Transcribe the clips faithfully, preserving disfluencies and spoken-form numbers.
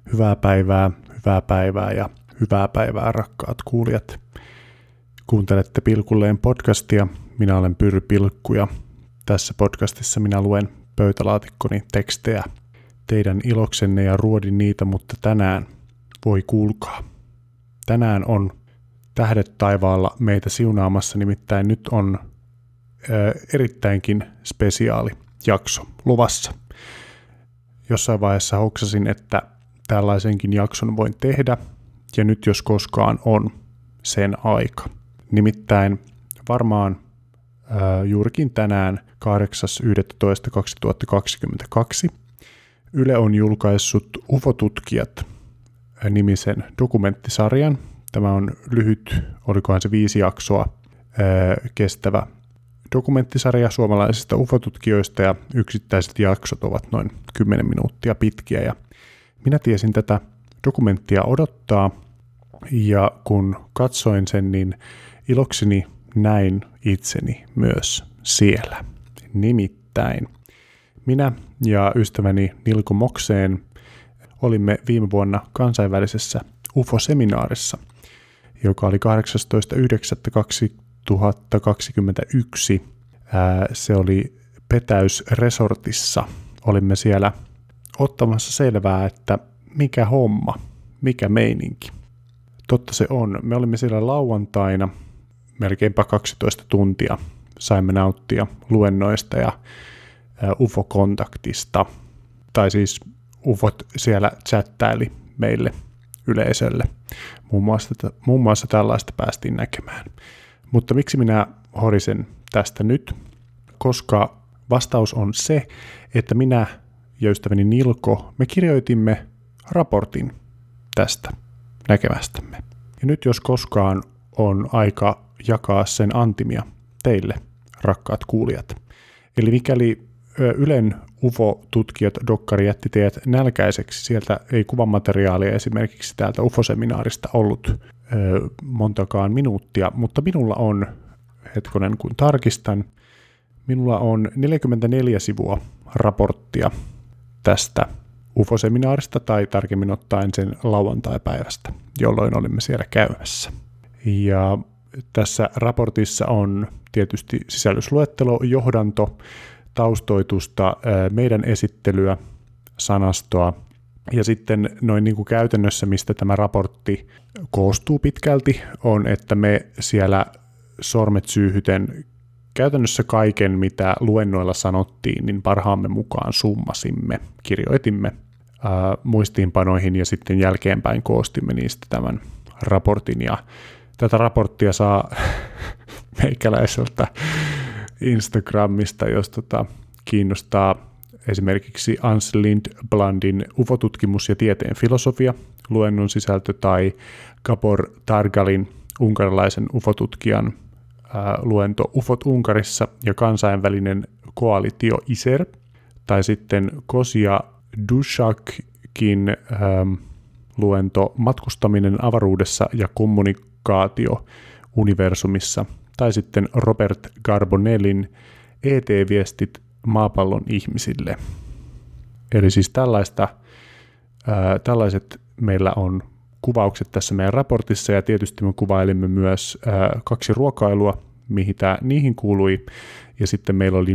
Hyvää päivää, hyvää päivää ja hyvää päivää rakkaat kuulijat. Kuuntelette Pilkulleen podcastia. Minä olen Pyry Pilkku ja tässä podcastissa minä luen pöytälaatikkoni tekstejä teidän iloksenne ja ruodin niitä, mutta tänään voi kuulkaa. Tänään on tähdet taivaalla meitä siunaamassa, nimittäin nyt on ö, erittäinkin spesiaali jakso luvassa. Jossain vaiheessa hoksasin, että tällaisenkin jakson voin tehdä, ja nyt jos koskaan on sen aika. Nimittäin varmaan ää, juurikin tänään kahdeksas yhdestoista kaksituhattakaksikymmentäkaksi Yle on julkaissut U F O-tutkijat nimisen dokumenttisarjan. Tämä on lyhyt, olikohan se viisi jaksoa ää, kestävä dokumenttisarja suomalaisista U F O-tutkijoista, ja yksittäiset jaksot ovat noin kymmenen minuuttia pitkiä. Ja minä tiesin tätä dokumenttia odottaa, ja kun katsoin sen, niin ilokseni näin itseni myös siellä. Nimittäin minä ja ystäväni Nilko Mokseen olimme viime vuonna kansainvälisessä U F O-seminaarissa, joka oli kahdeksastoista yhdeksättä kaksituhattakaksikymmentäyksi. Ää, se oli Petäys Resortissa. Olimme siellä ottamassa selvää, että mikä homma, mikä meininki. Totta se on. Me olimme siellä lauantaina melkeinpä kaksitoista tuntia. Saimme nauttia luennoista ja U F O-kontaktista. Tai siis U F Ot siellä chattaili meille yleisölle. Muun muassa, muun muassa tällaista päästiin näkemään. Mutta miksi minä horisen tästä nyt? Koska vastaus on se, että minä ja ystäväni Nilko, me kirjoitimme raportin tästä näkemästämme. Ja nyt jos koskaan on aika jakaa sen antimia teille, rakkaat kuulijat. Eli mikäli Ylen U F O-tutkijat dokkari jätti teidät nälkäiseksi, sieltä ei kuvamateriaalia esimerkiksi täältä U F O-seminaarista ollut ö, montakaan minuuttia, mutta minulla on, hetkonen kun tarkistan, minulla on neljäkymmentäneljä sivua raporttia tästä U F O-seminaarista, tai tarkemmin ottaen sen lauantai-päivästä, jolloin olimme siellä käymässä. Ja tässä raportissa on tietysti sisällysluettelo, johdanto, taustoitusta, meidän esittelyä, sanastoa, ja sitten noin niin kuin käytännössä, mistä tämä raportti koostuu pitkälti, on, että me siellä sormet syyhyten käytännössä kaiken, mitä luennoilla sanottiin, niin parhaamme mukaan summasimme, kirjoitimme ää, muistiinpanoihin ja sitten jälkeenpäin koostimme niistä tämän raportin. Ja tätä raporttia saa meikäläiseltä Instagramista, jos tota, kiinnostaa esimerkiksi Ans Lindblandin U F O-tutkimus ja tieteen filosofia luennon sisältö, tai Gabor Targalin unkarilaisen U F O-tutkijan luento U F Ot Unkarissa ja kansainvälinen koalitio I S E R, tai sitten Kosia Dushakin ähm, luento Matkustaminen avaruudessa ja kommunikaatio universumissa, tai sitten Robert Carbonellin E T-viestit maapallon ihmisille. Eli siis tällaista, ää, tällaiset meillä on kuvaukset tässä meidän raportissa, ja tietysti me kuvailimme myös ää, kaksi ruokailua, mihin tämä niihin kuului, ja sitten meillä oli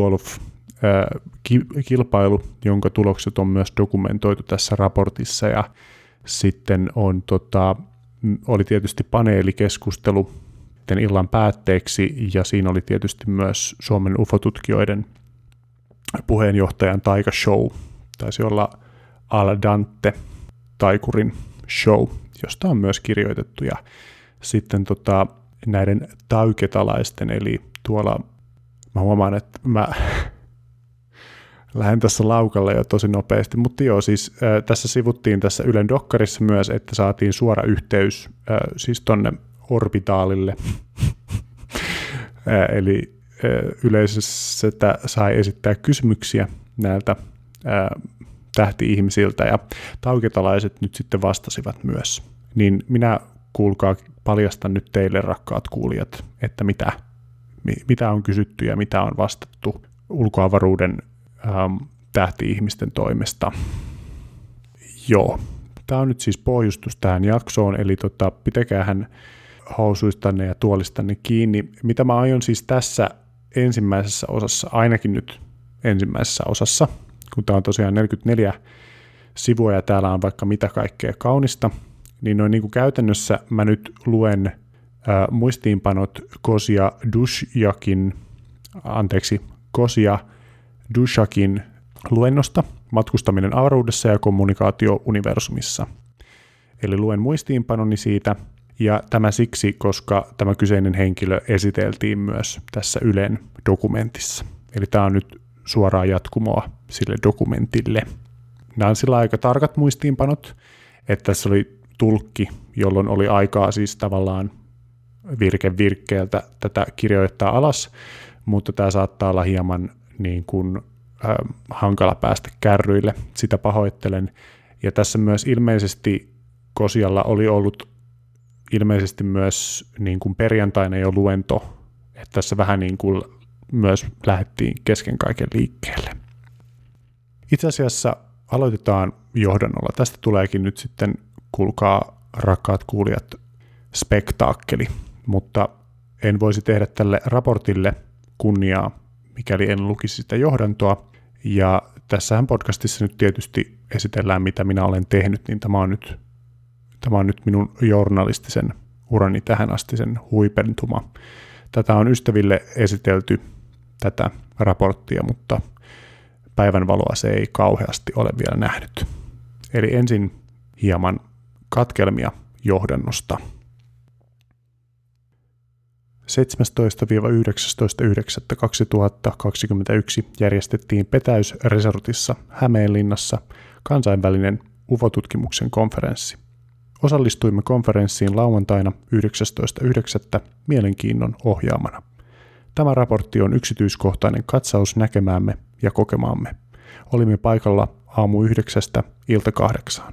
minigolf-kilpailu, jonka tulokset on myös dokumentoitu tässä raportissa, ja sitten on, tota, oli tietysti paneelikeskustelu illan päätteeksi, ja siinä oli tietysti myös Suomen U F O-tutkijoiden puheenjohtajan taikashow, taisi olla Al Dante taikurin show, josta on myös kirjoitettu, ja sitten tota, näiden tauketalaisten, eli tuolla mä huomaan, että mä lähden tässä laukalle jo tosi nopeasti, mutta joo, siis äh, tässä sivuttiin tässä Ylen dokkarissa myös, että saatiin suora yhteys äh, siis tonne orbitaalille, äh, eli äh, yleisössä sai esittää kysymyksiä näiltä äh, tähti-ihmisiltä, ja tauketalaiset nyt sitten vastasivat myös. Niin minä, kuulkaa, paljastan nyt teille, rakkaat kuulijat, että mitä, mitä on kysytty ja mitä on vastattu ulkoavaruuden ähm, tähti-ihmisten toimesta. Joo, Tämä on nyt siis pohjustus tähän jaksoon, eli tota, pitäkäähän housuistanne ja tuolistanne kiinni. Mitä mä aion siis tässä ensimmäisessä osassa, ainakin nyt ensimmäisessä osassa, kun tämä on tosiaan neljäkymmentäneljä sivua ja täällä on vaikka mitä kaikkea kaunista, niin noin niin kuin käytännössä mä nyt luen ää, muistiinpanot Kosia Dushjakin, anteeksi, Kosia Dushjakin luennosta Matkustaminen avaruudessa ja kommunikaatio universumissa. Eli luen muistiinpanoni siitä, ja tämä siksi, koska tämä kyseinen henkilö esiteltiin myös tässä Ylen dokumentissa. Eli tämä on nyt suoraa jatkumoa sille dokumentille. Nämä on sillä aika tarkat muistiinpanot, että tässä oli tulkki, jolloin oli aikaa siis tavallaan virke virkkeeltä tätä kirjoittaa alas, mutta tämä saattaa olla hieman niin kuin äh, hankala päästä kärryille, sitä pahoittelen. Ja tässä myös ilmeisesti Kosialla oli ollut ilmeisesti myös niin kuin perjantaina jo luento, että tässä vähän niin kuin myös lähdettiin kesken kaiken liikkeelle. Itse asiassa aloitetaan johdannolla. Tästä tuleekin nyt sitten, kuulkaa rakkaat kuulijat, spektaakkeli, mutta en voisi tehdä tälle raportille kunniaa, mikäli en lukisi sitä johdantoa. Ja tässähän podcastissa nyt tietysti esitellään, mitä minä olen tehnyt, niin tämä on nyt, tämä on nyt minun journalistisen urani tähän asti sen huipentuma. Tätä on ystäville esitelty, tätä raporttia, mutta päivänvaloa se ei kauheasti ole vielä nähnyt. Eli ensin hieman katkelmia johdannosta. seitsemästoista yhdeksästoista yhdeksättä kaksituhattakaksikymmentäyksi järjestettiin Petäys-resortissa Hämeenlinnassa kansainvälinen U F O-tutkimuksen konferenssi. Osallistuimme konferenssiin lauantaina yhdeksästoista yhdeksättä mielenkiinnon ohjaamana. Tämä raportti on yksityiskohtainen katsaus näkemäämme ja kokemaamme. Olimme paikalla aamu yhdeksästä ilta kahdeksaan.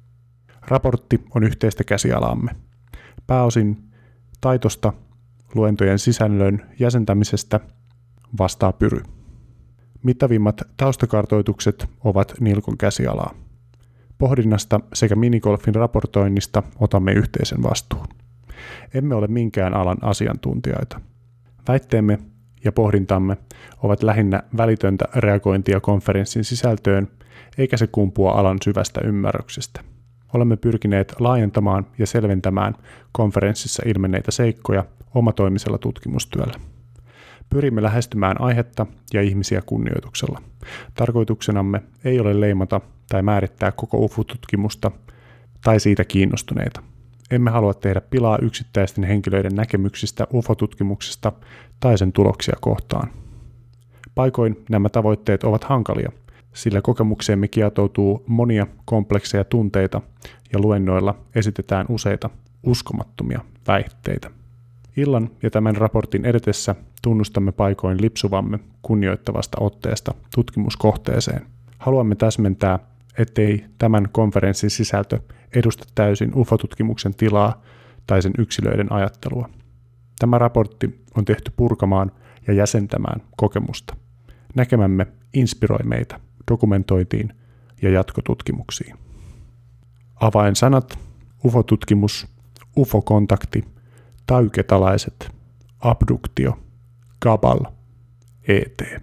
Raportti on yhteistä käsialaamme. Pääosin taitosta luentojen sisällön jäsentämisestä vastaa Pyry. Mittavimmat taustakartoitukset ovat Nilkon käsialaa. Pohdinnasta sekä minigolfin raportoinnista otamme yhteisen vastuun. Emme ole minkään alan asiantuntijoita. Väitteemme ja pohdintamme ovat lähinnä välitöntä reagointia konferenssin sisältöön, eikä se kumpua alan syvästä ymmärryksestä. Olemme pyrkineet laajentamaan ja selventämään konferenssissa ilmenneitä seikkoja omatoimisella tutkimustyöllä. Pyrimme lähestymään aihetta ja ihmisiä kunnioituksella. Tarkoituksenamme ei ole leimata tai määrittää koko U F O-tutkimusta tai siitä kiinnostuneita. Emme halua tehdä pilaa yksittäisten henkilöiden näkemyksistä U F O-tutkimuksesta tai sen tuloksia kohtaan. Paikoin nämä tavoitteet ovat hankalia, sillä kokemukseemme kietoutuu monia komplekseja tunteita ja luennoilla esitetään useita uskomattomia väitteitä. Illan ja tämän raportin edetessä tunnustamme paikoin lipsuvamme kunnioittavasta otteesta tutkimuskohteeseen. Haluamme täsmentää, ettei tämän konferenssin sisältö edusta täysin U F O-tutkimuksen tilaa tai sen yksilöiden ajattelua. Tämä raportti on tehty purkamaan ja jäsentämään kokemusta. Näkemämme inspiroi meitä dokumentointiin ja jatkotutkimuksiin. Avainsanat: U F O-tutkimus, U F O-kontakti, tayketalaiset, abduktio, Gabal, E T.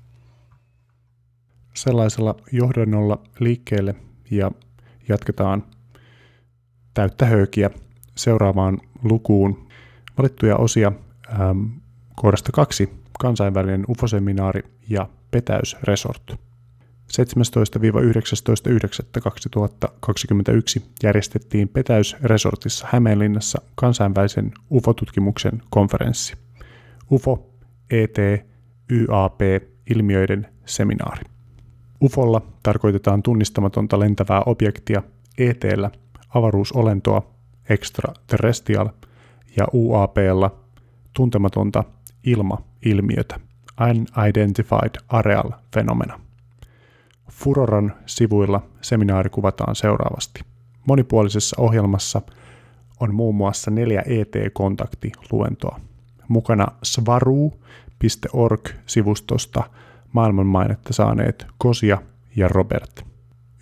Sellaisella johdannolla liikkeelle ja jatketaan täyttä höykiä seuraavaan lukuun. Valittuja osia ähm, kohdasta kaksi, kansainvälinen U F O-seminaari ja Petäys-resort. seitsemästoista yhdeksästoista yhdeksättä kaksituhattakaksikymmentäyksi järjestettiin Petäys-resortissa Hämeenlinnassa kansainvälisen U F O-tutkimuksen konferenssi. U F O, E T, Y A P-ilmiöiden seminaari. U F Olla tarkoitetaan tunnistamatonta lentävää objektia, E T:llä avaruusolentoa, extraterrestrial, ja U A P:lla tuntematonta ilma-ilmiötä, unidentified areal phenomena. Furoran sivuilla seminaari kuvataan seuraavasti. Monipuolisessa ohjelmassa on muun muassa neljä E T-kontaktiluentoa. Mukana svaruu piste org-sivustosta maailmanmainetta saaneet Kosia ja Robert.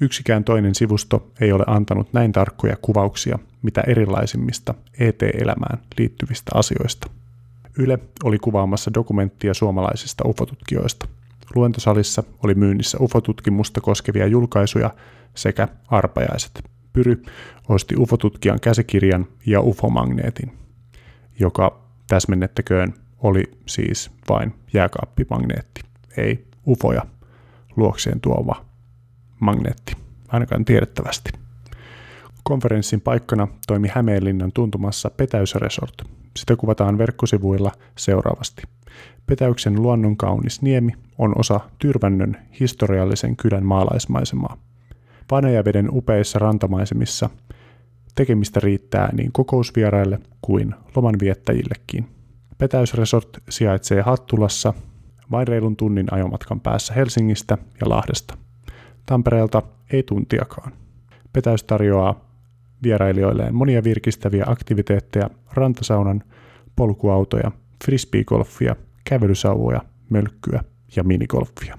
Yksikään toinen sivusto ei ole antanut näin tarkkoja kuvauksia mitä erilaisimmista E T-elämään liittyvistä asioista. Yle oli kuvaamassa dokumenttia suomalaisista ufotutkijoista. Luentosalissa oli myynnissä ufotutkimusta koskevia julkaisuja sekä arpajaiset. Pyry osti ufotutkijan käsikirjan ja ufomagneetin, joka täsmennettäköön oli siis vain jääkaappimagneetti, ei ufoja luokseen tuova magneetti, ainakaan tiedettävästi. Konferenssin paikkana toimi Hämeenlinnan tuntumassa Petäys Resort. Sitä kuvataan verkkosivuilla seuraavasti. Petäyksen luonnonkaunis niemi on osa Tyrvännön historiallisen kylän maalaismaisemaa. Vanajaveden upeissa rantamaisemissa tekemistä riittää niin kokousvieraille kuin lomanviettäjillekin. Petäys Resort sijaitsee Hattulassa vain reilun tunnin ajomatkan päässä Helsingistä ja Lahdesta. Tampereelta ei tuntiakaan. Petäys tarjoaa vierailijoilleen monia virkistäviä aktiviteetteja, rantasaunan, polkuautoja, frisbeegolfia, kävelysauvoja, mölkkyä ja minigolfia.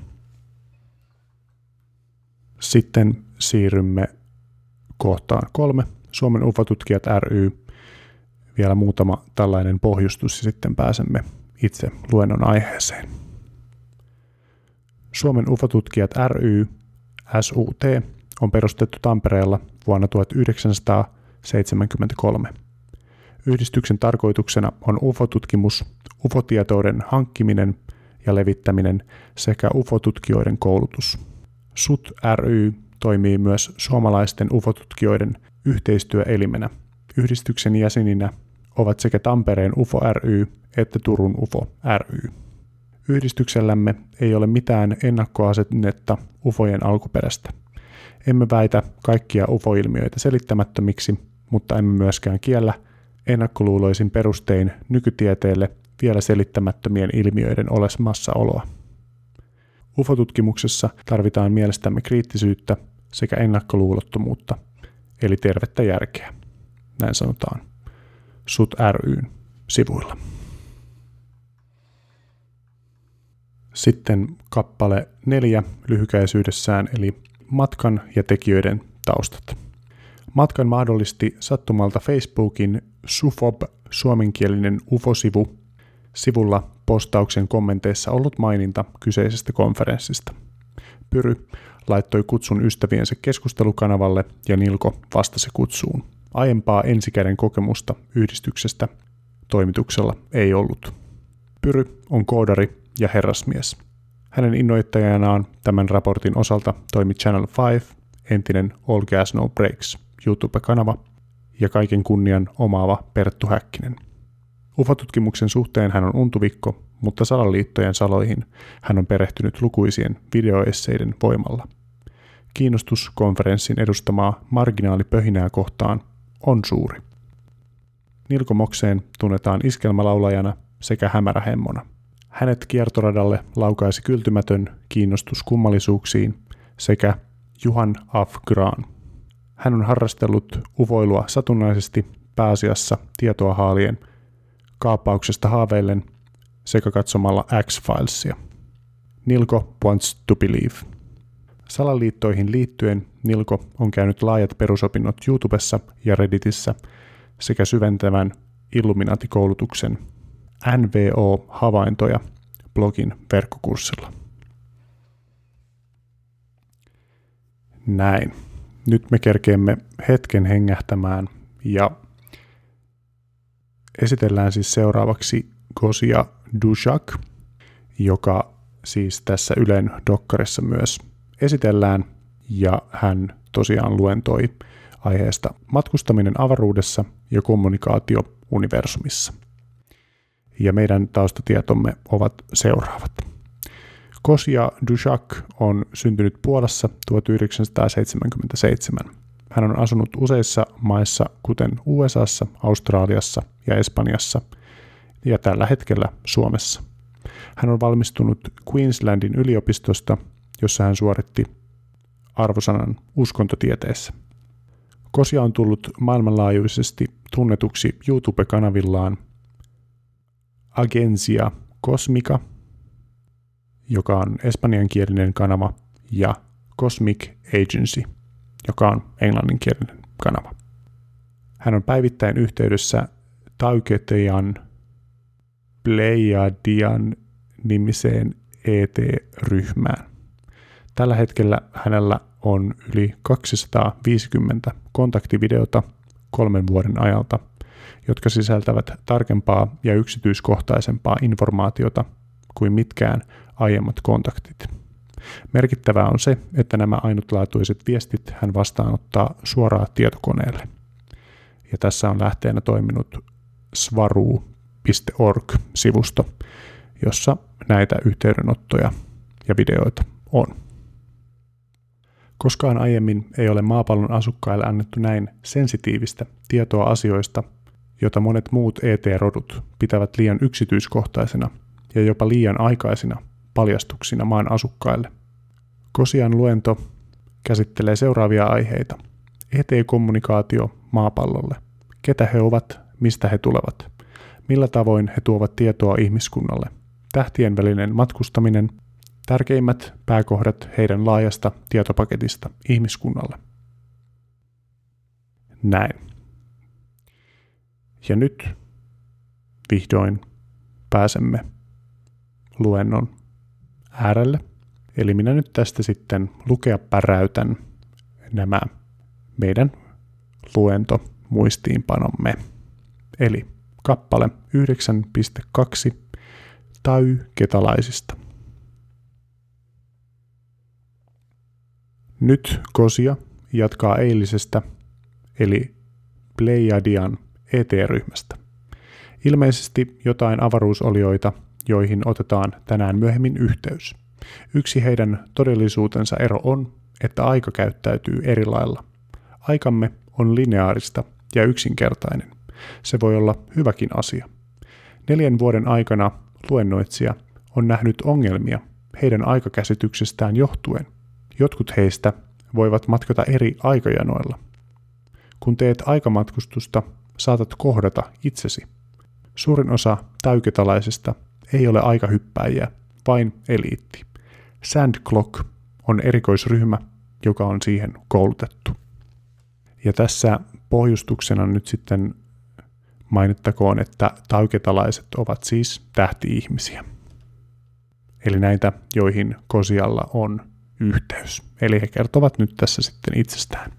Sitten siirrymme kohtaan kolme. Suomen ufotutkijat ry. Vielä muutama tällainen pohjustus ja sitten pääsemme itse luennon aiheeseen. Suomen ufotutkijat ry, S U T, on perustettu Tampereella vuonna tuhatyhdeksänsataaseitsemänkymmentäkolme. Yhdistyksen tarkoituksena on ufotutkimus, ufotietouden hankkiminen ja levittäminen sekä ufotutkijoiden koulutus. S U T ry toimii myös suomalaisten ufotutkijoiden yhteistyöelimenä. Yhdistyksen jäseninä ovat sekä Tampereen U F O ry että Turun U F O ry. Yhdistyksellämme ei ole mitään ennakkoasennetta ufojen alkuperästä. Emme väitä kaikkia ufo-ilmiöitä selittämättömiksi, mutta emme myöskään kiellä ennakkoluuloisin perustein nykytieteelle vielä selittämättömien ilmiöiden olemassaoloa. Ufotutkimuksessa tarvitaan mielestämme kriittisyyttä sekä ennakkoluulottomuutta, eli tervettä järkeä. Näin sanotaan S U T ry:n sivuilla. Sitten kappale neljä lyhykäisyydessään, eli matkan ja tekijöiden taustat. Matkan mahdollisti sattumalta Facebookin Sufob suomenkielinen ufosivu sivulla postauksen kommenteissa ollut maininta kyseisestä konferenssista. Pyry laittoi kutsun ystäviensä keskustelukanavalle ja Nilko vastasi kutsuun. Aiempaa ensikäden kokemusta yhdistyksestä toimituksella ei ollut. Pyry on koodari ja herrasmies. Hänen innoittajanaan tämän raportin osalta toimi Channel viisi, entinen All Gas No Breaks YouTube-kanava ja kaiken kunnian omaava Perttu Häkkinen. Ufotutkimuksen suhteen hän on untuvikko, mutta salaliittojen saloihin hän on perehtynyt lukuisien videoesseiden voimalla. Kiinnostus konferenssin edustamaa marginaalipöhinää kohtaan on suuri. Nilko Mokseen tunnetaan iskelmälaulajana sekä hämärähemmona. Hänet kiertoradalle laukaisi kyltymätön kiinnostus kummallisuuksiin sekä Juhan af Graan. Hän on harrastellut ufoilua satunnaisesti pääasiassa tietoa haalien, kaappauksesta haaveillen sekä katsomalla X-Filesia. Nilko wants to believe. Salaliittoihin liittyen Nilko on käynyt laajat perusopinnot YouTubessa ja Redditissä sekä syventävän Illuminati-koulutuksen N V O-havaintoja blogin verkkokurssilla. Näin. Nyt me kerkeämme hetken hengähtämään ja esitellään siis seuraavaksi Gosia Dushak, joka siis tässä Ylen dokkarissa myös esitellään, ja hän tosiaan luentoi aiheesta matkustaminen avaruudessa ja kommunikaatio universumissa. Ja meidän taustatietomme ovat seuraavat. Gosia Dushak on syntynyt Puolassa tuhatyhdeksänsataaseitsemänkymmentäseitsemän. Hän on asunut useissa maissa, kuten U S A:ssa, Australiassa ja Espanjassa, ja tällä hetkellä Suomessa. Hän on valmistunut Queenslandin yliopistosta, jossa hän suoritti arvosanan uskontotieteessä. Gosia on tullut maailmanlaajuisesti tunnetuksi YouTube-kanavillaan Agencia Cosmica, joka on espanjankielinen kanava, ja Cosmic Agency, joka on englanninkielinen kanava. Hän on päivittäin yhteydessä Taugetean Pleiadian nimiseen E T-ryhmään. Tällä hetkellä hänellä on yli kaksisataaviisikymmentä kontaktivideota kolmen vuoden ajalta, jotka sisältävät tarkempaa ja yksityiskohtaisempaa informaatiota kuin mitkään aiemmat kontaktit. Merkittävää on se, että nämä ainutlaatuiset viestit hän vastaanottaa suoraan tietokoneelle. Ja tässä on lähteenä toiminut svaruu piste org-sivusto, jossa näitä yhteydenottoja ja videoita on. Koskaan aiemmin ei ole maapallon asukkaille annettu näin sensitiivistä tietoa asioista, jota monet muut E T-rodut pitävät liian yksityiskohtaisena ja jopa liian aikaisina paljastuksina maan asukkaille. Kosian luento käsittelee seuraavia aiheita. E T-kommunikaatio maapallolle. Ketä he ovat, mistä he tulevat. Millä tavoin he tuovat tietoa ihmiskunnalle. Tähtien välinen matkustaminen. Tärkeimmät pääkohdat heidän laajasta tietopaketista ihmiskunnalle. Näin. Ja nyt vihdoin pääsemme luennon äärelle. Eli minä nyt tästä sitten lukea päräytän nämä meidän luentomuistiinpanomme. Eli kappale yhdeksän piste kaksi tayketalaisista. Nyt Kosia jatkaa eilisestä, eli Pleiadian E T-ryhmästä. Ilmeisesti jotain avaruusolioita, joihin otetaan tänään myöhemmin yhteys. Yksi heidän todellisuutensa ero on, että aika käyttäytyy eri lailla. Aikamme on lineaarista ja yksinkertainen. Se voi olla hyväkin asia. Neljän vuoden aikana luennoitsija on nähnyt ongelmia heidän aikakäsityksestään johtuen. Jotkut heistä voivat matkata eri aikajanoilla. Kun teet aikamatkustusta, saatat kohdata itsesi. Suurin osa täyketalaisista ei ole aikahyppäjiä, vain eliitti. Sandclock on erikoisryhmä, joka on siihen koulutettu. Ja tässä pohjustuksena nyt sitten mainittakoon, että tauketalaiset ovat siis tähti-ihmisiä. Eli näitä, joihin Kosialla on yhteys. Eli he kertovat nyt tässä sitten itsestään.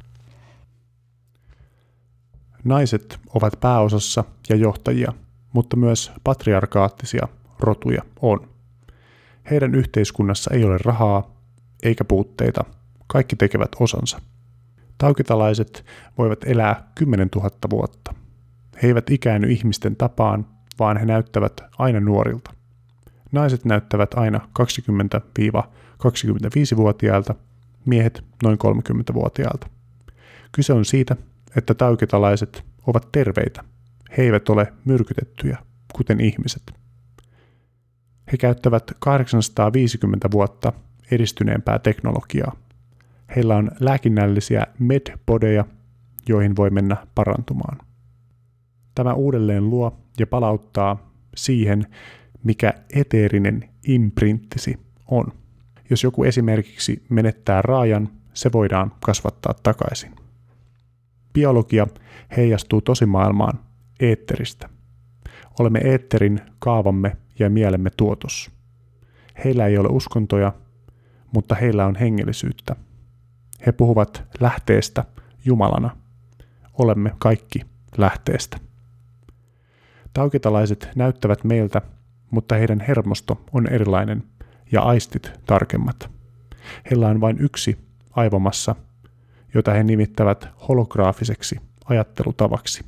Naiset ovat pääosassa ja johtajia, mutta myös patriarkaattisia rotuja on. Heidän yhteiskunnassa ei ole rahaa eikä puutteita. Kaikki tekevät osansa. Tauketalaiset voivat elää kymmenen tuhatta vuotta. He eivät ikäänny ihmisten tapaan, vaan he näyttävät aina nuorilta. Naiset näyttävät aina kaksikymmentä–kaksikymmentäviisivuotiailta, miehet noin kolmekymmentävuotiailta. Kyse on siitä, että tauketalaiset ovat terveitä. He eivät ole myrkytettyjä, kuten ihmiset. He käyttävät kahdeksansataaviisikymmentä vuotta edistyneempää teknologiaa. Heillä on lääkinnällisiä medpodeja, joihin voi mennä parantumaan. Tämä uudelleen luo ja palauttaa siihen, mikä eteerinen imprinttisi on. Jos joku esimerkiksi menettää raajan, se voidaan kasvattaa takaisin. Biologia heijastuu tosimaailmaan eetteristä. Olemme eetterin kaavamme ja mielemme tuotos. Heillä ei ole uskontoja, mutta heillä on hengellisyyttä. He puhuvat lähteestä Jumalana. Olemme kaikki lähteestä. Tauketalaiset näyttävät meiltä, mutta heidän hermosto on erilainen ja aistit tarkemmat. Heillä on vain yksi aivomassa, jota he nimittävät holograafiseksi ajattelutavaksi.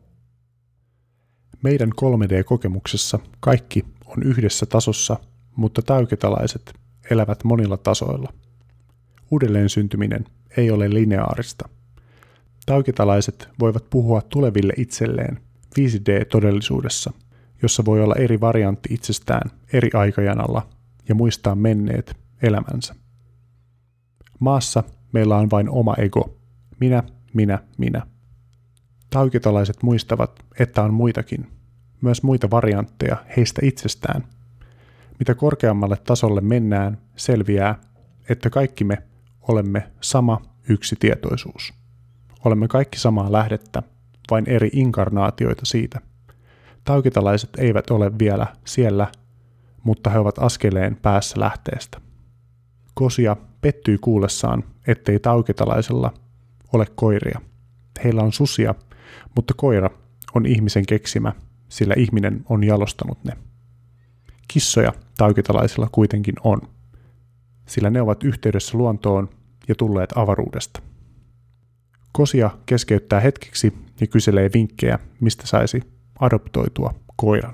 Meidän kolme D-kokemuksessa kaikki on yhdessä tasossa, mutta tauketalaiset elävät monilla tasoilla. Uudelleen syntyminen ei ole lineaarista. Tauketalaiset voivat puhua tuleville itselleen viisi D-todellisuudessa, jossa voi olla eri variantti itsestään eri aikajanalla ja muistaa menneet elämänsä. Maassa meillä on vain oma ego. Minä, minä, minä. Tauketalaiset muistavat, että on muitakin, myös muita variantteja heistä itsestään. Mitä korkeammalle tasolle mennään, selviää, että kaikki me olemme sama yksi tietoisuus. Olemme kaikki samaa lähdettä, vain eri inkarnaatioita siitä. Taukitalaiset eivät ole vielä siellä, mutta he ovat askeleen päässä lähteestä. Kosia pettyi kuullessaan, ettei taukitalaisella ole koiria. Heillä on susia, mutta koira on ihmisen keksimä, sillä ihminen on jalostanut ne. Kissoja taukitalaisilla kuitenkin on, sillä ne ovat yhteydessä luontoon ja tulleet avaruudesta. Kosia keskeyttää hetkeksi ja kyselee vinkkejä, mistä saisi adoptoitua koiran.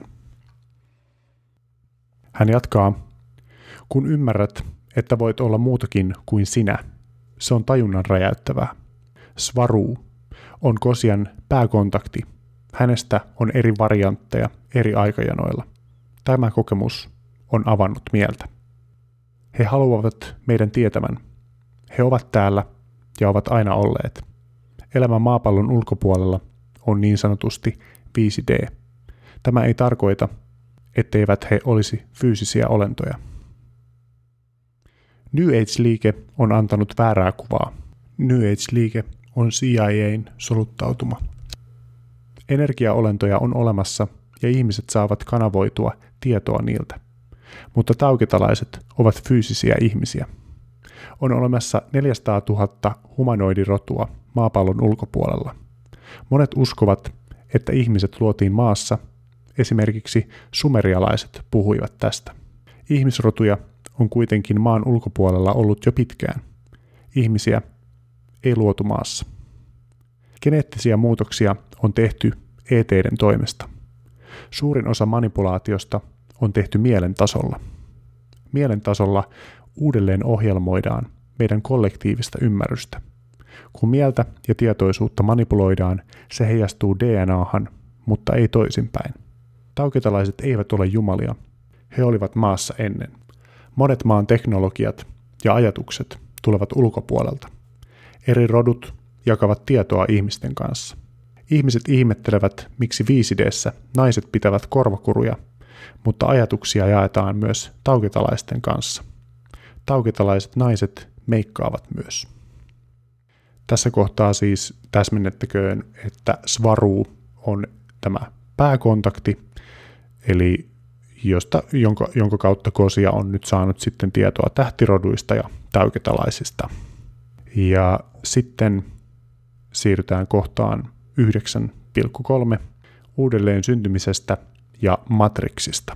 Hän jatkaa, kun ymmärrät, että voit olla muutakin kuin sinä, se on tajunnan räjäyttävää. Svaruu on Kosian pääkontakti. Hänestä on eri variantteja eri aikajanoilla. Tämä kokemus on avannut mieltä. He haluavat meidän tietävän. He ovat täällä ja ovat aina olleet. Elämä maapallon ulkopuolella on niin sanotusti viisi D. Tämä ei tarkoita, etteivät he olisi fyysisiä olentoja. New Age-liike on antanut väärää kuvaa. New Age-liike on C I A:n soluttautuma. Energiaolentoja on olemassa ja ihmiset saavat kanavoitua tietoa niiltä. Mutta taukitalaiset ovat fyysisiä ihmisiä. On olemassa neljäsataatuhatta humanoidirotua maapallon ulkopuolella. Monet uskovat, että ihmiset luotiin maassa. Esimerkiksi sumerialaiset puhuivat tästä. Ihmisrotuja on kuitenkin maan ulkopuolella ollut jo pitkään. Ihmisiä ei luotu maassa. Geneettisiä muutoksia on tehty E T:iden toimesta. Suurin osa manipulaatiosta on tehty mielen tasolla. Mielen tasolla uudelleen ohjelmoidaan meidän kollektiivista ymmärrystä. Kun mieltä ja tietoisuutta manipuloidaan, se heijastuu D N A:han, mutta ei toisinpäin. Taukitalaiset eivät ole jumalia. He olivat maassa ennen. Monet maan teknologiat ja ajatukset tulevat ulkopuolelta. Eri rodut jakavat tietoa ihmisten kanssa. Ihmiset ihmettelevät, miksi viisi D:ssä naiset pitävät korvakuruja, mutta ajatuksia jaetaan myös taukitalaisten kanssa. Taukitalaiset naiset meikkaavat myös. Tässä kohtaa siis täsmennettäköön, että Svaruu on tämä pääkontakti, eli josta, jonka, jonka kautta Kosia on nyt saanut sitten tietoa tähtiroduista ja taukitalaisista. Ja sitten siirrytään kohtaan yhdeksän pilkku kolme uudelleen syntymisestä ja matriksista.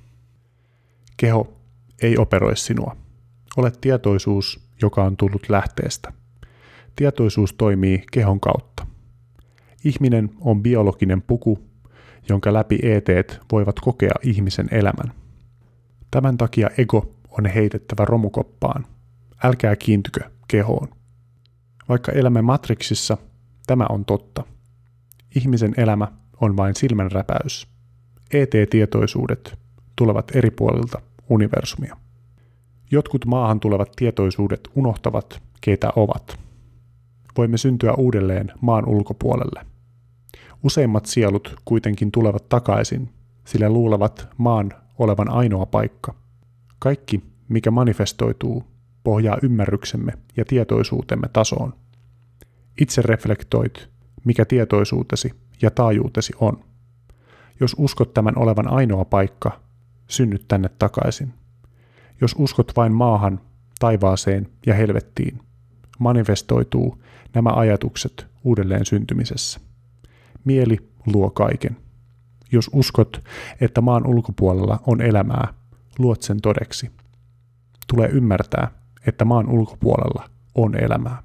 Keho ei operoi sinua. Olet tietoisuus, joka on tullut lähteestä. Tietoisuus toimii kehon kautta. Ihminen on biologinen puku, jonka läpi E T:t voivat kokea ihmisen elämän. Tämän takia ego on heitettävä romukoppaan. Älkää kiintykö kehoon. Vaikka elämme matriksissa, tämä on totta. Ihmisen elämä on vain silmänräpäys. E T-tietoisuudet tulevat eri puolilta universumia. Jotkut maahan tulevat tietoisuudet unohtavat, keitä ovat. Voimme syntyä uudelleen maan ulkopuolelle. Useimmat sielut kuitenkin tulevat takaisin, sillä luulevat maan olevan ainoa paikka. Kaikki, mikä manifestoituu, pohjaa ymmärryksemme ja tietoisuutemme tasoon. Itse reflektoit, mikä tietoisuutesi ja taajuutesi on. Jos uskot tämän olevan ainoa paikka, synnyt tänne takaisin. Jos uskot vain maahan, taivaaseen ja helvettiin, manifestoituu nämä ajatukset uudelleen syntymisessä. Mieli luo kaiken. Jos uskot, että maan ulkopuolella on elämää, luot sen todeksi. Tulee ymmärtää, että maan ulkopuolella on elämää.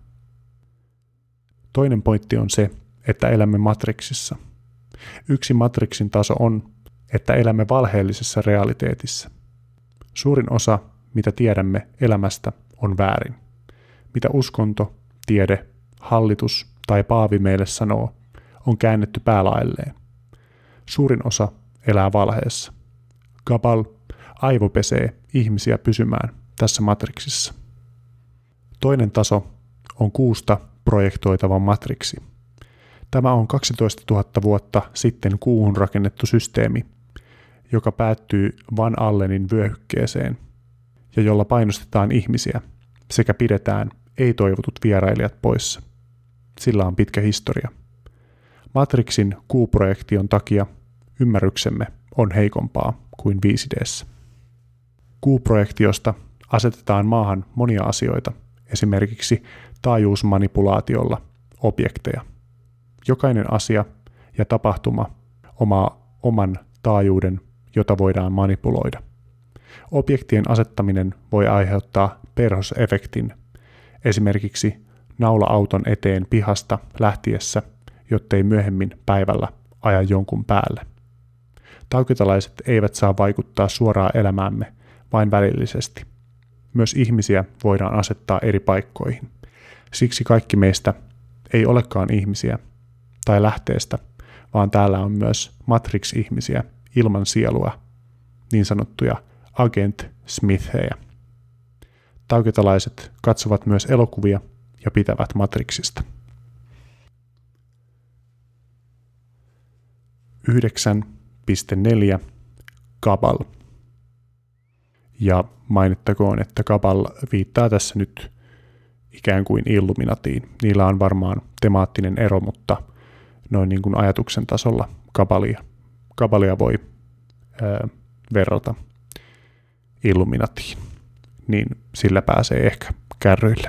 Toinen pointti on se, että elämme matriksissa. Yksi matriksin taso on, että elämme valheellisessa realiteetissa. Suurin osa, mitä tiedämme elämästä, on väärin. Mitä uskonto, tiede, hallitus tai paavi meille sanoo, on käännetty päälaelleen. Suurin osa elää valheessa. Gabal aivopesee ihmisiä pysymään tässä matriksissa. Toinen taso on kuusta projektoitava matriksi. Tämä on kaksitoistatuhatta vuotta sitten kuuhun rakennettu systeemi, joka päättyy Van Allenin vyöhykkeeseen ja jolla painostetaan ihmisiä sekä pidetään ei-toivotut vierailijat poissa. Sillä on pitkä historia. Matrixin Q-projektion takia ymmärryksemme on heikompaa kuin viisi D:ssä. Q-projektiosta asetetaan maahan monia asioita, esimerkiksi taajuusmanipulaatiolla objekteja. Jokainen asia ja tapahtuma omaa oman taajuuden, jota voidaan manipuloida. Objektien asettaminen voi aiheuttaa perhosefektin, esimerkiksi naula auton eteen pihasta lähtiessä, jottei myöhemmin päivällä aja jonkun päälle. Taukitalaiset eivät saa vaikuttaa suoraan elämäämme, vain välillisesti. Myös ihmisiä voidaan asettaa eri paikkoihin. Siksi kaikki meistä ei olekaan ihmisiä tai lähteestä, vaan täällä on myös Matrix-ihmisiä ilman sielua, niin sanottuja Agent Smithejä. Taukitalaiset katsovat myös elokuvia ja pitävät Matrixista. yhdeksän piste neljä Cabal. Ja mainittakoon, että Cabal viittaa tässä nyt ikään kuin Illuminatiin. Niillä on varmaan temaattinen ero, mutta noin niin kuin ajatuksen tasolla Cabalia, Cabalia voi ää, verrata Illuminatiin. Niin sillä pääsee ehkä kärryille.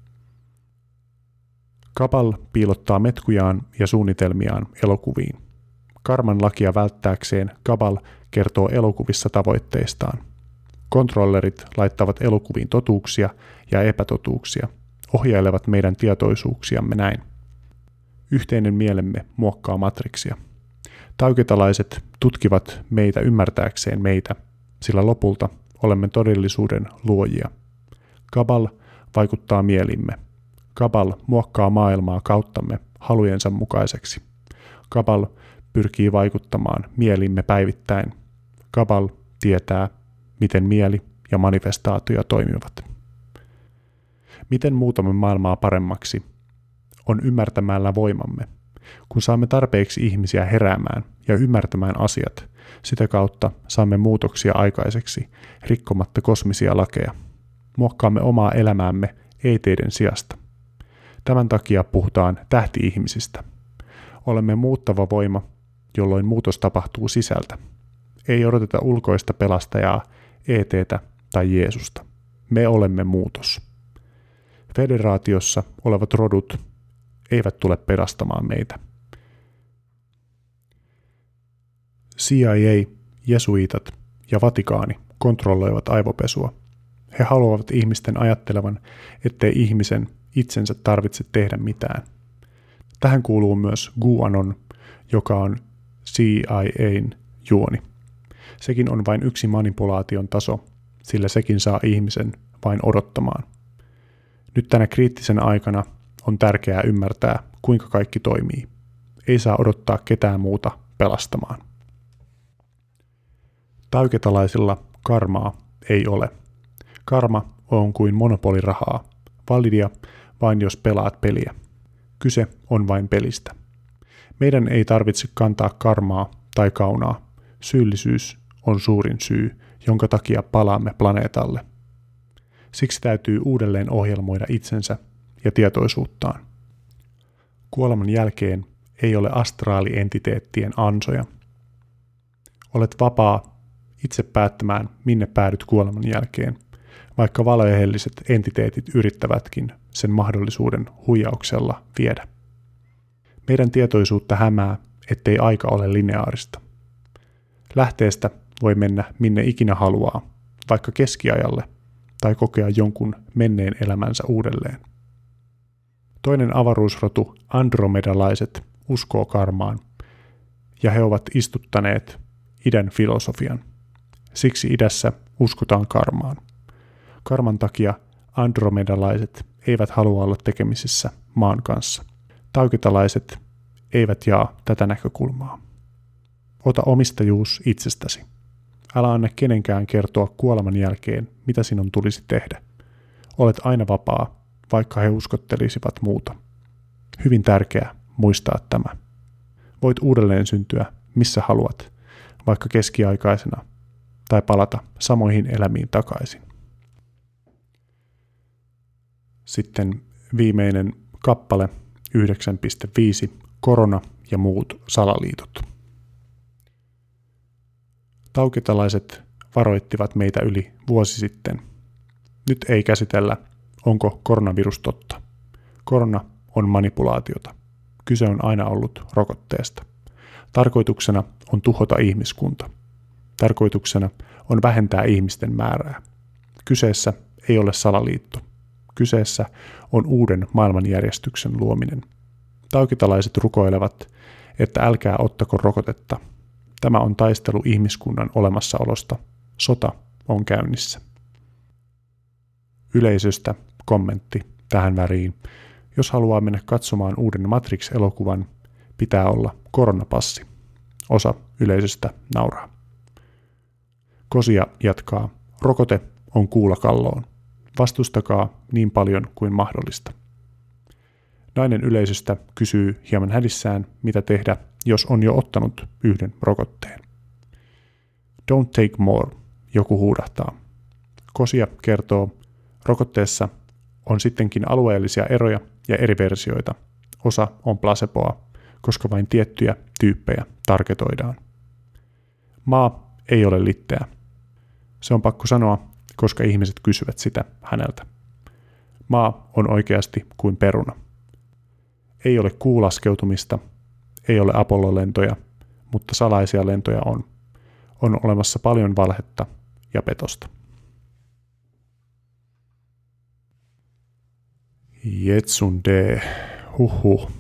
Cabal piilottaa metkujaan ja suunnitelmiaan elokuviin. Karman lakia välttääkseen Cabal kertoo elokuvissa tavoitteistaan. Kontrollerit laittavat elokuviin totuuksia ja epätotuuksia, ohjailevat meidän tietoisuuksiamme näin. Yhteinen mielemme muokkaa Matrixia. Taukitalaiset tutkivat meitä ymmärtääkseen meitä, sillä lopulta olemme todellisuuden luojia. Cabal vaikuttaa mielimme. Cabal muokkaa maailmaa kauttamme halujensa mukaiseksi. Cabal pyrkii vaikuttamaan mielimme päivittäin. Cabal tietää, miten mieli ja manifestaatio toimivat. Miten muutamme maailmaa paremmaksi? On ymmärtämällä voimamme. Kun saamme tarpeeksi ihmisiä heräämään ja ymmärtämään asiat, sitä kautta saamme muutoksia aikaiseksi, rikkomatta kosmisia lakeja. Muokkaamme omaa elämäämme ei-teiden sijasta. Tämän takia puhutaan tähti-ihmisistä. Olemme muuttava voima, jolloin muutos tapahtuu sisältä. Ei odoteta ulkoista pelastajaa, E T:tä tai Jeesusta. Me olemme muutos. Federaatiossa olevat rodut eivät tule pelastamaan meitä. C I A, jesuitat ja Vatikaani kontrolloivat aivopesua. He haluavat ihmisten ajattelevan, ettei ihmisen itsensä tarvitse tehdä mitään. Tähän kuuluu myös QAnon, joka on C I A:n juoni. Sekin on vain yksi manipulaation taso, sillä sekin saa ihmisen vain odottamaan. Nyt tänä kriittisen aikana on tärkeää ymmärtää, kuinka kaikki toimii. Ei saa odottaa ketään muuta pelastamaan. Tauketalaisilla karmaa ei ole. Karma on kuin monopolirahaa, validia vain jos pelaat peliä. Kyse on vain pelistä. Meidän ei tarvitse kantaa karmaa tai kaunaa. Syyllisyys on suurin syy, jonka takia palaamme planeetalle. Siksi täytyy uudelleen ohjelmoida itsensä ja tietoisuuttaan. Kuoleman jälkeen ei ole astraalientiteettien ansoja. Olet vapaa itse päättämään, minne päädyt kuoleman jälkeen, vaikka valheelliset entiteetit yrittävätkin sen mahdollisuuden huijauksella viedä. Meidän tietoisuutta hämää, ettei aika ole lineaarista. Lähteestä voi mennä minne ikinä haluaa, vaikka keskiajalle, tai kokea jonkun menneen elämänsä uudelleen. Toinen avaruusrotu, andromedalaiset, uskoo karmaan, ja he ovat istuttaneet idän filosofian. Siksi idässä uskotaan karmaan. Karman takia andromedalaiset eivät halua olla tekemisissä maan kanssa. Taukitalaiset eivät jaa tätä näkökulmaa. Ota omistajuus itsestäsi. Älä anna kenenkään kertoa kuoleman jälkeen, mitä sinun tulisi tehdä. Olet aina vapaa, vaikka he uskottelisivat muuta. Hyvin tärkeää muistaa tämä. Voit uudelleen syntyä missä haluat, vaikka keskiaikaisena, tai palata samoihin elämiin takaisin. sitten viimeinen kappale yhdeksän piste viisi, korona ja muut salaliitot. Taukitalaiset varoittivat meitä yli vuosi sitten. Nyt ei käsitellä, onko koronavirus totta. Korona on manipulaatiota. Kyse on aina ollut rokotteesta. Tarkoituksena on tuhota ihmiskunta. Tarkoituksena on vähentää ihmisten määrää. Kyseessä ei ole salaliitto. Kyseessä on uuden maailmanjärjestyksen luominen. Taukitalaiset rukoilevat, että älkää ottako rokotetta. Tämä on taistelu ihmiskunnan olemassaolosta. Sota on käynnissä. Yleisöstä kommentti tähän väriin. Jos haluaa mennä katsomaan uuden Matrix-elokuvan, pitää olla koronapassi. Osa yleisöstä nauraa. Kosia jatkaa. Rokote on kuula kalloon. Vastustakaa niin paljon kuin mahdollista. Nainen yleisöstä kysyy hieman hädissään, mitä tehdä, jos on jo ottanut yhden rokotteen. Don't take more, joku huudahtaa. Kosia kertoo, rokotteessa on sittenkin alueellisia eroja ja eri versioita. Osa on placeboa, koska vain tiettyjä tyyppejä targetoidaan. Maa ei ole litteä. Se on pakko sanoa, koska ihmiset kysyvät sitä häneltä. Maa on oikeasti kuin peruna. Ei ole kuulaskeutumista, ei ole Apollo-lentoja, mutta salaisia lentoja on. On olemassa paljon valhetta ja petosta. Jetsunde, huhhuh.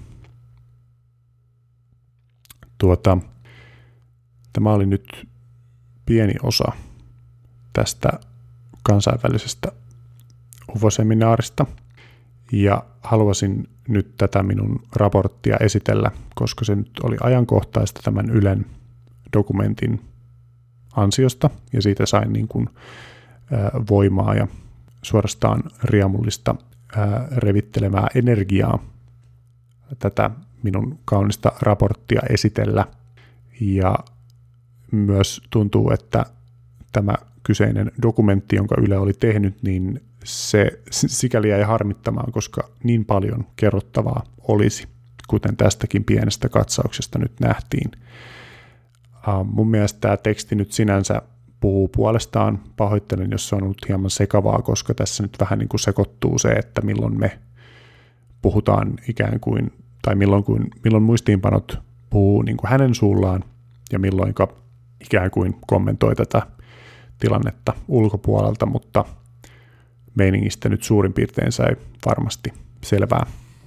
Tuota, tämä oli nyt pieni osa tästä kansainvälisestä U F O-seminaarista, ja haluaisin nyt tätä minun raporttia esitellä, koska se nyt oli ajankohtaista tämän Ylen dokumentin ansiosta, ja siitä sain niin kuin, ää, voimaa ja suorastaan riemullista ää, revittelevää energiaa tätä minun kaunista raporttia esitellä, ja myös tuntuu, että tämä kyseinen dokumentti, jonka Yle oli tehnyt, niin se sikäli jäi harmittamaan, koska niin paljon kerrottavaa olisi, kuten tästäkin pienestä katsauksesta nyt nähtiin. Uh, mun mielestä tämä teksti nyt sinänsä puhuu puolestaan. Pahoittelen, jos se on ollut hieman sekavaa, koska tässä nyt vähän niin kuin sekoittuu se, että milloin me puhutaan ikään kuin, tai milloin, kuin, milloin muistiinpanot puhuu niin kuin hänen suullaan, ja milloinka ikään kuin kommentoi tätä tilannetta ulkopuolelta, mutta meiningistä nyt suurin piirtein sai varmasti selvää.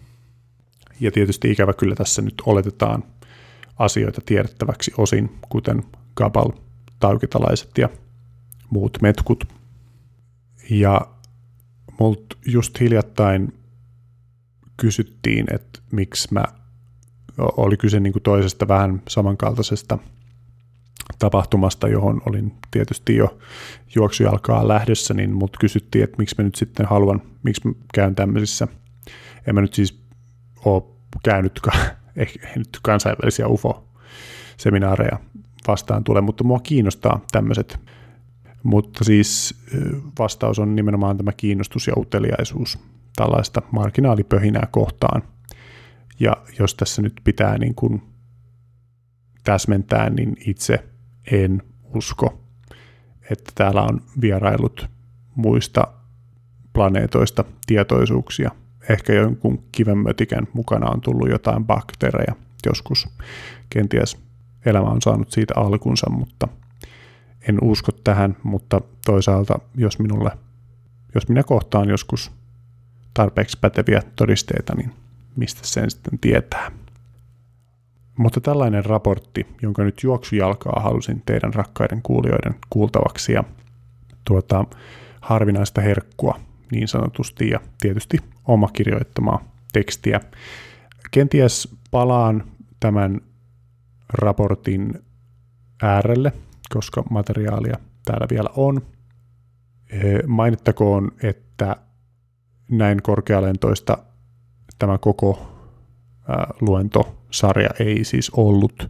Ja tietysti ikävä kyllä tässä nyt oletetaan asioita tiedettäväksi osin, kuten Gabal, taukitalaiset ja muut metkut. Ja multa just hiljattain kysyttiin, että miksi mä, oli kyse niin kuin toisesta vähän samankaltaisesta tapahtumasta, johon olin tietysti jo juoksujalkaa lähdössä, niin mut kysyttiin, että miksi mä nyt sitten haluan, miksi mä käyn tämmöisissä, en mä nyt siis ole käynyt ehkä nyt kansainvälisiä U F O-seminaareja vastaan tule, mutta mua kiinnostaa tämmöiset. Mutta siis vastaus on nimenomaan tämä kiinnostus ja uteliaisuus tällaista marginaalipöhinää kohtaan. Ja jos tässä nyt pitää niin kuin täsmentää, niin itse en usko, että täällä on vierailut muista planeetoista tietoisuuksia. Ehkä jonkun kivenmötikän mukana on tullut jotain bakteereja joskus. Kenties elämä on saanut siitä alkunsa, mutta en usko tähän. Mutta toisaalta, jos minulle, jos minä kohtaan joskus tarpeeksi päteviä todisteita, niin mistä sen sitten tietää. Mutta tällainen raportti, jonka nyt juoksujalkaa halusin teidän rakkaiden kuulijoiden kuultavaksi ja tuota, harvinaista herkkua niin sanotusti ja tietysti oma kirjoittamaa tekstiä. Kenties palaan tämän raportin äärelle, koska materiaalia täällä vielä on. Mainittakoon, että näin korkealentoista tämä koko luentosarja ei siis ollut,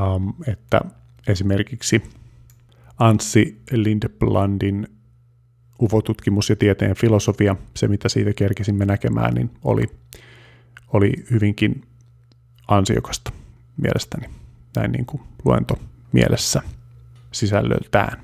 että esimerkiksi Anssi Lindblandin U F O-tutkimus ja tieteen filosofia, se mitä siitä kerkesimme näkemään, niin oli, oli hyvinkin ansiokasta mielestäni, näin niin kuin luento mielessä sisällöltään.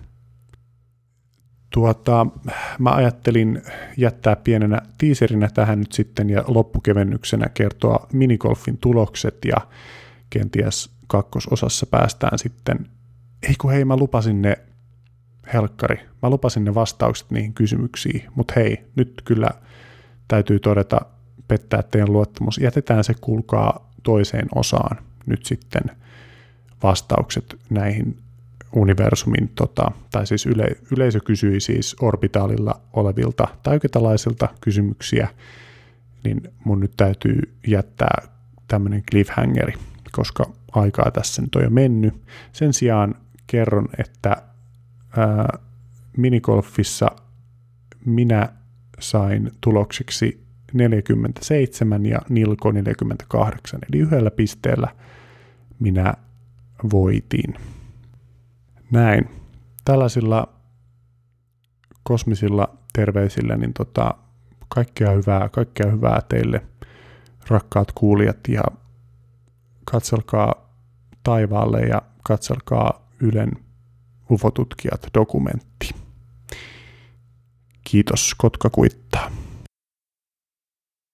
Tuota, mä ajattelin jättää pienenä tiiserinä tähän nyt sitten ja loppukevennyksenä kertoa minigolfin tulokset ja kenties kakkososassa päästään sitten, ei kun hei mä lupasin ne, helkkari, mä lupasin ne vastaukset niihin kysymyksiin, mutta hei, nyt kyllä täytyy todeta, pettää teidän luottamus, jätetään se kuulkaa toiseen osaan nyt sitten vastaukset näihin universumin, tota, tai siis yle, yleisö kysyi siis orbitaalilla olevilta taiketalaisilta kysymyksiä, niin mun nyt täytyy jättää tämmöinen cliffhangeri, koska aikaa tässä nyt on jo mennyt. Sen sijaan kerron, että ää, minigolfissa minä sain tulokseksi neljäkymmentäseitsemän ja Nilko neljäkymmentäkahdeksan, eli yhdellä pisteellä minä voitin. Näin. Tällaisilla kosmisilla terveisillä niin tota, kaikkea hyvää, kaikkea hyvää teille, rakkaat kuulijat, ja katselkaa taivaalle ja katselkaa Ylen U F O-tutkijat -dokumentti. Kiitos, Kotka kuittaa.